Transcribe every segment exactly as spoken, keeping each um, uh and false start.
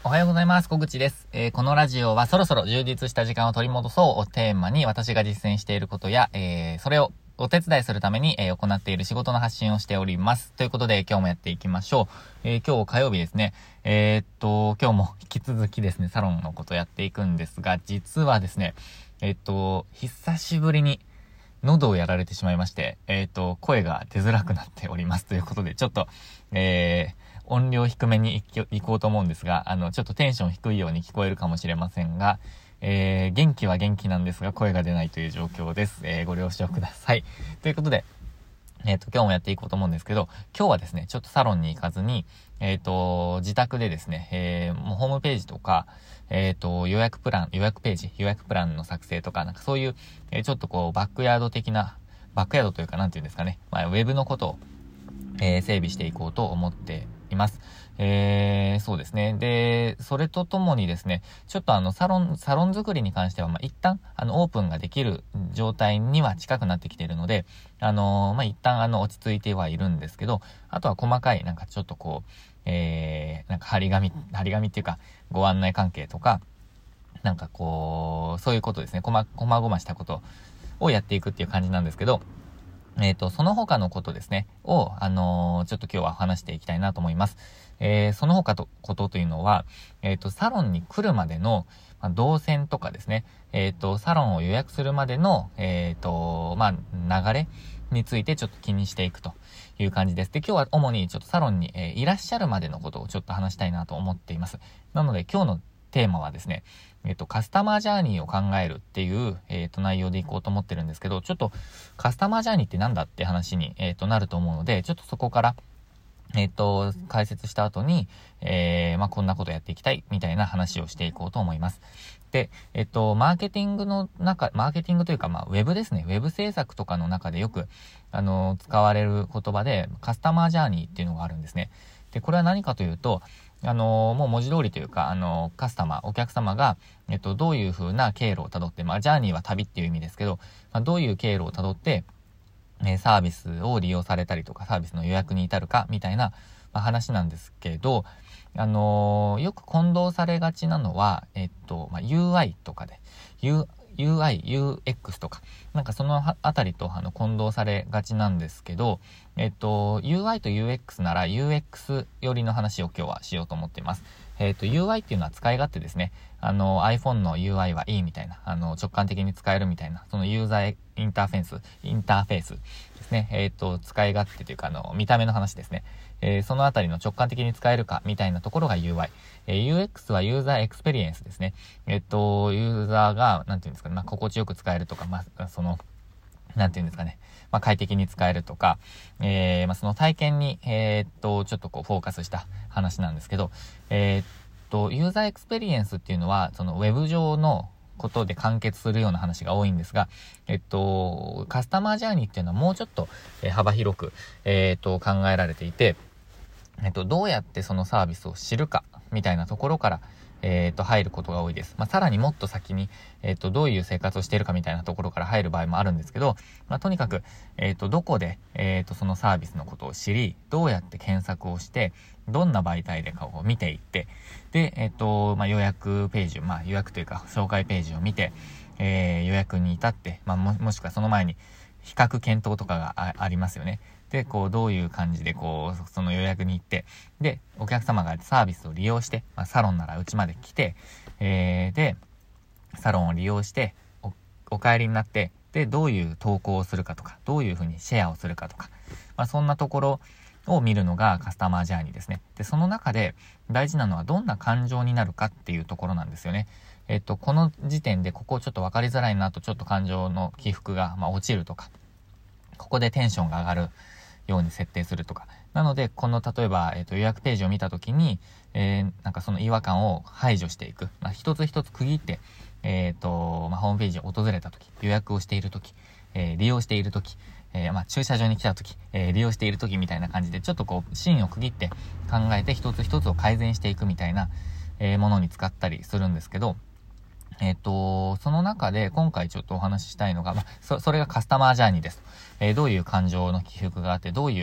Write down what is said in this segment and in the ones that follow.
おはようございます。小口です。えー、このラジオはそろそろ充実した時間を取り戻そうをテーマに私が実践していることや、えー、それをお手伝いするために、えー、行っている仕事の発信をしております。ということで今日もやっていきましょう。えー、今日火曜日ですね。えー、っと、今日も引き続きですね、サロンのことやっていくんですが、実はですね、えー、っと、久しぶりに喉をやられてしまいまして、えー、っと、声が出づらくなっておりますということで、ちょっと、えー、音量低めに行こうと思うんですが、あの、ちょっとテンション低いように聞こえるかもしれませんが、えー、元気は元気なんですが、声が出ないという状況です。えー、ご了承ください。ということで、えっと、今日もやっていこうと思うんですけど、今日はですね、ちょっとサロンに行かずに、えっと、自宅でですね、えー、もうホームページとか、えっと、予約プラン、予約ページ、予約プランの作成とか、なんかそういう、えー、ちょっとこう、バックヤード的な、バックヤードというか、なんていうんですかね、まあ、ウェブのことを、えー、整備していこうと思っています。えー、そうですね。で、それとともにですね、ちょっとあの、サロン、サロン作りに関しては、まあ、一旦、あの、オープンができる状態には近くなってきているので、あのー、まあ、一旦あの、落ち着いてはいるんですけど、あとは細かい、なんかちょっとこう、えー、なんか張り紙、張り紙っていうか、ご案内関係とか、なんかこう、そういうことですね、こま、こまごましたことをやっていくっていう感じなんですけど、えっと、その他のことですね、を、あのー、ちょっと今日は話していきたいなと思います。えー、その他のことというのは、えっと、サロンに来るまでの、まあ、動線とかですね、えっと、サロンを予約するまでの、えっと、まあ、流れについてちょっと気にしていくという感じです。で、今日は主にちょっとサロンに、えー、いらっしゃるまでのことをちょっと話したいなと思っています。なので、今日のテーマはですね、えっと、カスタマージャーニーを考えるっていう、えっと、内容でいこうと思ってるんですけど、ちょっと、カスタマージャーニーってなんだって話に、えっと、なると思うので、ちょっとそこから、えっと、解説した後に、えー、まあ、こんなことやっていきたい、みたいな話をしていこうと思います。で、えっと、マーケティングの中、マーケティングというか、まあ、ウェブですね。ウェブ制作とかの中でよく、あの、使われる言葉で、カスタマージャーニーっていうのがあるんですね。で、これは何かというと、あの、もう文字通りというか、あの、カスタマー、お客様が、えっと、どういう風な経路をたどって、まあ、ジャーニーは旅っていう意味ですけど、まあ、どういう経路をたどって、えー、サービスを利用されたりとか、サービスの予約に至るか、みたいな、まあ、話なんですけど、あのー、よく混同されがちなのは、えっと、まあ、ユーアイ とかで、ユーアイ、ユーエックス とか、なんかそのあたりとあの混同されがちなんですけど、えっと、ユーアイ と ユーエックス なら ユーエックス 寄りの話を今日はしようと思っています。えっと、ユーアイ っていうのは使い勝手ですね。あの、iPhone の ユーアイ はいいみたいな、あの、直感的に使えるみたいな、そのユーザーインターフェース、インターフェースですね。えっと、使い勝手というか、あの、見た目の話ですね。えー、そのあたりの直感的に使えるかみたいなところが ユーアイ。えー、ユーエックス はユーザーエクスペリエンスですね。えっと、ユーザーが、なんていうんですかね、まあ、心地よく使えるとか、まあ、その、なんていうんですかね、まあ、快適に使えるとか、えー、まあ、その体験に、えー、っと、ちょっとこう、フォーカスした話なんですけど、えー、っと、ユーザーエクスペリエンスっていうのは、その、ウェブ上のことで完結するような話が多いんですが、えっと、カスタマージャーニーっていうのはもうちょっと、えー、幅広く、えー、っと、考えられていて、えっと、どうやってそのサービスを知るか、みたいなところから、えっと、入ることが多いです。まあ、さらにもっと先に、えっと、どういう生活をしているかみたいなところから入る場合もあるんですけど、まあ、とにかく、えっと、どこで、えっと、そのサービスのことを知り、どうやって検索をして、どんな媒体でかを見ていって、で、えっと、まあ、予約ページ、まあ、予約というか、紹介ページを見て、えー、予約に至って、まあ、も、もしくはその前に、比較検討とかが あ, ありますよね。で、こう、どういう感じで、こう、その予約に行って、で、お客様がサービスを利用して、まあ、サロンならうちまで来て、えー、で、サロンを利用して、お、お帰りになって、で、どういう投稿をするかとか、どういうふうにシェアをするかとか、まあ、そんなところを見るのがカスタマージャーニーですね。で、その中で大事なのはどんな感情になるかっていうところなんですよね。えっと、この時点でここちょっと分かりづらいなと、ちょっと感情の起伏が、まあ、落ちるとか、ここでテンションが上がるように設定するとか。なので、この例えば、えっと、予約ページを見たときに、えー、なんかその違和感を排除していく。まあ、一つ一つ区切って、えっと、まあ、ホームページを訪れたとき、予約をしているとき、えー、利用しているとき、えー、まあ、駐車場に来たとき、えー、利用しているときみたいな感じで、ちょっとこう、シーンを区切って考えて一つ一つを改善していくみたいな、えー、ものに使ったりするんですけど、えっと、その中で今回ちょっとお話ししたいのが、まあ、そ、それがカスタマージャーニーです。えー、どういう感情の起伏があって、どういう、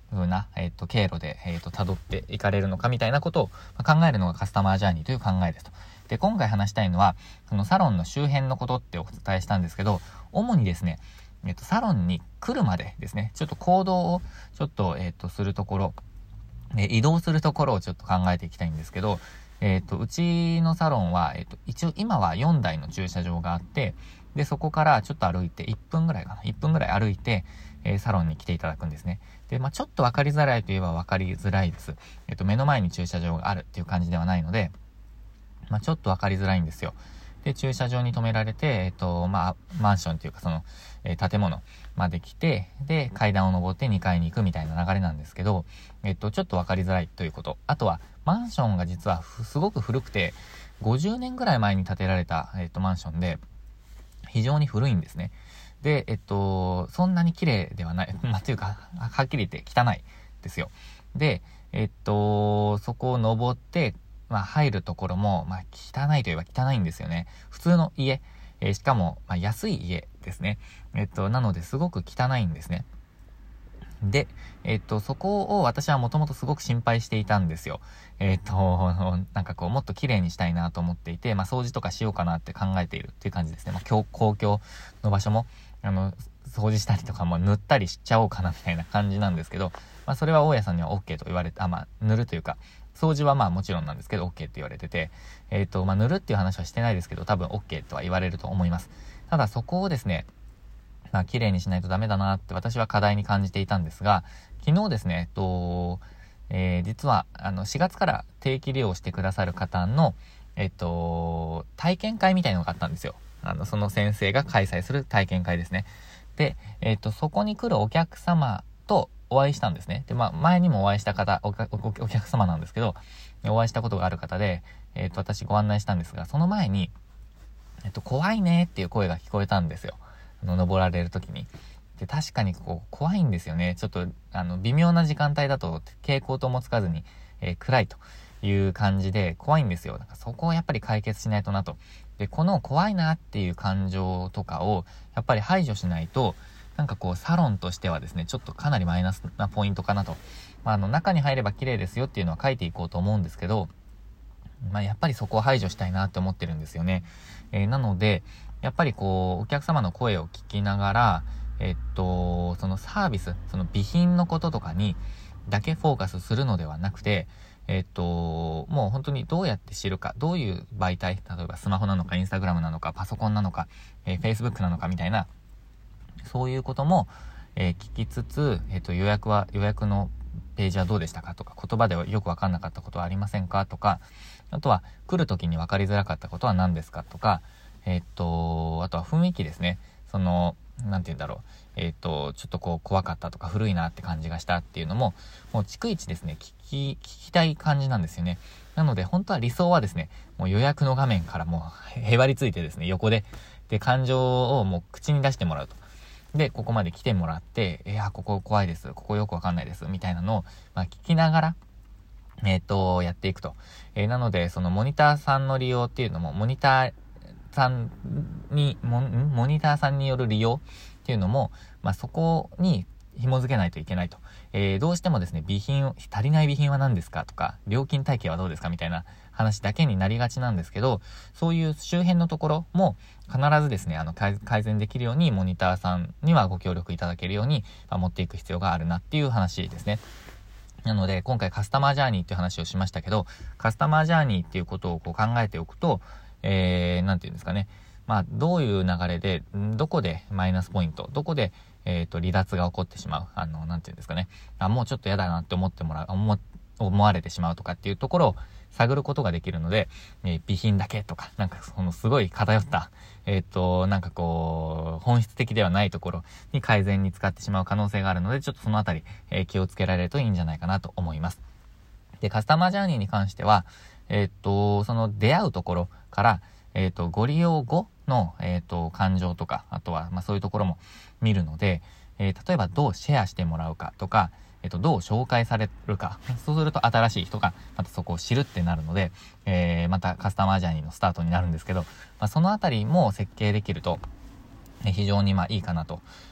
風な、えっと、経路で、えっと、辿っていかれるのかみたいなことを考えるのがカスタマージャーニーという考えですと。で、今回話したいのは、そのサロンの周辺のことってお伝えしたんですけど、主にですね、えっと、サロンに来るまでですね、ちょっと行動をちょっと、えっと、するところ、え移動するところをちょっと考えていきたいんですけど、えっと、うちのサロンは、えっと、一応今はよんだいの駐車場があって、で、そこからちょっと歩いて、いっぷんぐらいかな、いっぷんぐらい歩いて、えー、サロンに来ていただくんですね。で、まあちょっと分かりづらいといえば分かりづらいです。えっと、目の前に駐車場があるっていう感じではないので、まあちょっと分かりづらいんですよ。で、駐車場に止められて、えっと、まあ、マンションというかその、えー、建物まで来て、で、階段を上ってにかいに行くみたいな流れなんですけど、えっと、ちょっと分かりづらいということ。あとは、マンションが実はすごく古くて、ごじゅうねんぐらい前に建てられた、えっと、マンションで、非常に古いんですね。で、えっと、そんなに綺麗ではない。まあ、というか、はっきり言って汚いですよ。で、えっと、そこを登って、まあ、入るところも、まあ、汚いといえば汚いんですよね。普通の家、えー、しかも、まあ、安い家ですね。えっと、なのですごく汚いんですね。で、えっと、そこを私はもともとすごく心配していたんですよ。えっと、なんかこう、もっと綺麗にしたいなと思っていて、まあ、掃除とかしようかなって考えているっていう感じですね。まあ、公共の場所も、あの、掃除したりとかも塗ったりしちゃおうかなみたいな感じなんですけど、まあ、それは大家さんには OK と言われて、あ、まあ、塗るというか、掃除はまあもちろんなんですけど OK って言われてて、えっと、まあ、塗るっていう話はしてないですけど、多分 OK とは言われると思います。ただそこをですね、まあ、綺麗にしないとダメだなって私は課題に感じていたんですが、昨日ですね、えっと、えー、実は、あの、しがつから定期利用してくださる方の、えっと、体験会みたいなのがあったんですよ。あの、その先生が開催する体験会ですね。で、えっと、そこに来るお客様とお会いしたんですね。で、まあ、前にもお会いした方、お、お、お客様なんですけど、お会いしたことがある方で、えっと、私ご案内したんですが、その前に、えっと、怖いねっていう声が聞こえたんですよ。あの、登られるときに。で、確かにこう、怖いんですよね。ちょっと、あの、微妙な時間帯だと、蛍光灯もつかずに、えー、暗いという感じで、怖いんですよ。だからそこをやっぱり解決しないとなと。で、この怖いなっていう感情とかを、やっぱり排除しないと、なんかこう、サロンとしてはですね、ちょっとかなりマイナスなポイントかなと。まあ、あの、中に入れば綺麗ですよっていうのは書いていこうと思うんですけど、まあ、やっぱりそこを排除したいなって思ってるんですよね。えー、なので、やっぱりこう、お客様の声を聞きながら、えっと、そのサービス、その備品のこととかにだけフォーカスするのではなくて、えっと、もう本当にどうやって知るか、どういう媒体、例えばスマホなのか、インスタグラムなのか、パソコンなのか、えー、Facebook なのかみたいな、そういうことも、えー、聞きつつ、えっと、予約は、予約のページはどうでしたかとか、言葉ではよくわかんなかったことはありませんかとか、あとは来る時に分かりづらかったことは何ですかとか、えっと、あとは雰囲気ですね。その、なんて言うんだろう。えっと、ちょっとこう怖かったとか古いなって感じがしたっていうのも、もう逐一ですね、聞き、聞きたい感じなんですよね。なので本当は理想はですね、もう予約の画面からもうへばりついてですね、横で、で、感情をもう口に出してもらうと。で、ここまで来てもらって、いや、ここ怖いです。ここよくわかんないです。みたいなのを、まあ、聞きながら、えっと、やっていくと。えー、なので、そのモニターさんの利用っていうのも、モニターさんに、モモニターさんによる利用っていうのも、まあ、そこに紐付けないといけないと。えー、どうしてもですね、備品を、足りない備品は何ですかとか、料金体系はどうですかみたいな話だけになりがちなんですけど、そういう周辺のところも必ずですね、あの、改善できるように、モニターさんにはご協力いただけるように、まあ、持っていく必要があるなっていう話ですね。なので、今回カスタマージャーニーっていう話をしましたけど、カスタマージャーニーっていうことをこう考えておくと、えー、なんていうんですかね。まあ、どういう流れで、どこでマイナスポイント、どこで、えっと、離脱が起こってしまう。あの、なんていうんですかね。あ、もうちょっと嫌だなって思ってもらう、思、思われてしまうとかっていうところを探ることができるので、えー、備品だけとか、なんかそのすごい偏った、えっと、なんかこう、本質的ではないところに改善に使ってしまう可能性があるので、ちょっとそのあたり、えー、気をつけられるといいんじゃないかなと思います。で、カスタマージャーニーに関しては、えっと、その出会うところから、えっと、ご利用後の、えっと、感情とか、あとは、まあそういうところも見るので、えー、例えばどうシェアしてもらうかとか、えっと、どう紹介されるか。そうすると新しい人がまたそこを知るってなるので、えー、またカスタマージャーニーのスタートになるんですけど、まあ、そのあたりも設計できると、非常にまあいいかなと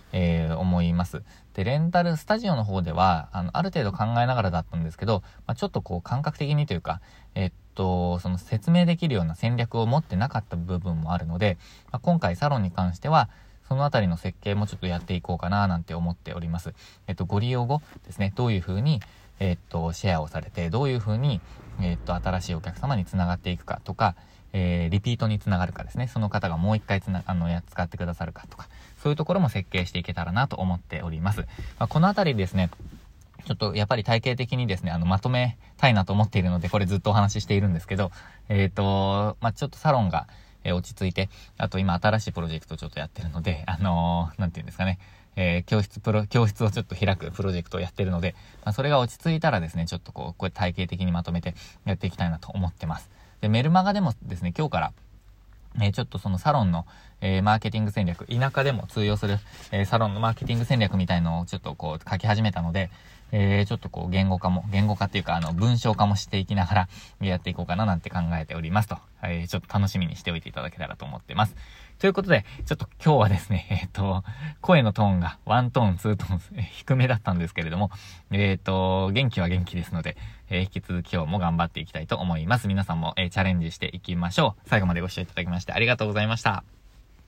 えー、思います。で、レンタルスタジオの方では、あの、ある程度考えながらだったんですけど、まあ、ちょっとこう感覚的にというか、えっと、その説明できるような戦略を持ってなかった部分もあるので、まあ、今回サロンに関しては、そのあたりの設計もちょっとやっていこうかななんて思っております。えっと、ご利用後ですね、どういう風に、えっと、シェアをされて、どういう風に、えっと、新しいお客様につながっていくかとか、えー、リピートにつながるかですね、その方がもう一回つな、あの、や、使ってくださるかとか、そういうところも設計していけたらなと思っております。まあ、このあたりですね、ちょっとやっぱり体系的にですね、あの、まとめたいなと思っているので、これずっとお話ししているんですけど、えっと、まあ、ちょっとサロンが、えー、落ち着いて、あと今新しいプロジェクトをちょっとやってるので、あのー、なんていうんですかね、えー、教室プロ、教室をちょっと開くプロジェクトをやってるので、まあ、それが落ち着いたらですね、ちょっとこう、これ体系的にまとめてやっていきたいなと思ってます。で、メルマガでもですね、今日から、えー、ちょっとそのサロンの、えー、マーケティング戦略、田舎でも通用する、えー、サロンのマーケティング戦略みたいのをちょっとこう書き始めたので、えー、ちょっとこう言語化も、言語化っていうかあの文章化もしていきながらやっていこうかななんて考えておりますと、えー、ちょっと楽しみにしておいていただけたらと思ってます。ということで、ちょっと今日はですね、えっと、声のトーンがワントーン、ツートーン低めだったんですけれども、えっと、元気は元気ですので、えー、引き続き今日も頑張っていきたいと思います。皆さんも、えー、チャレンジしていきましょう。最後までご視聴いただきましてありがとうございました。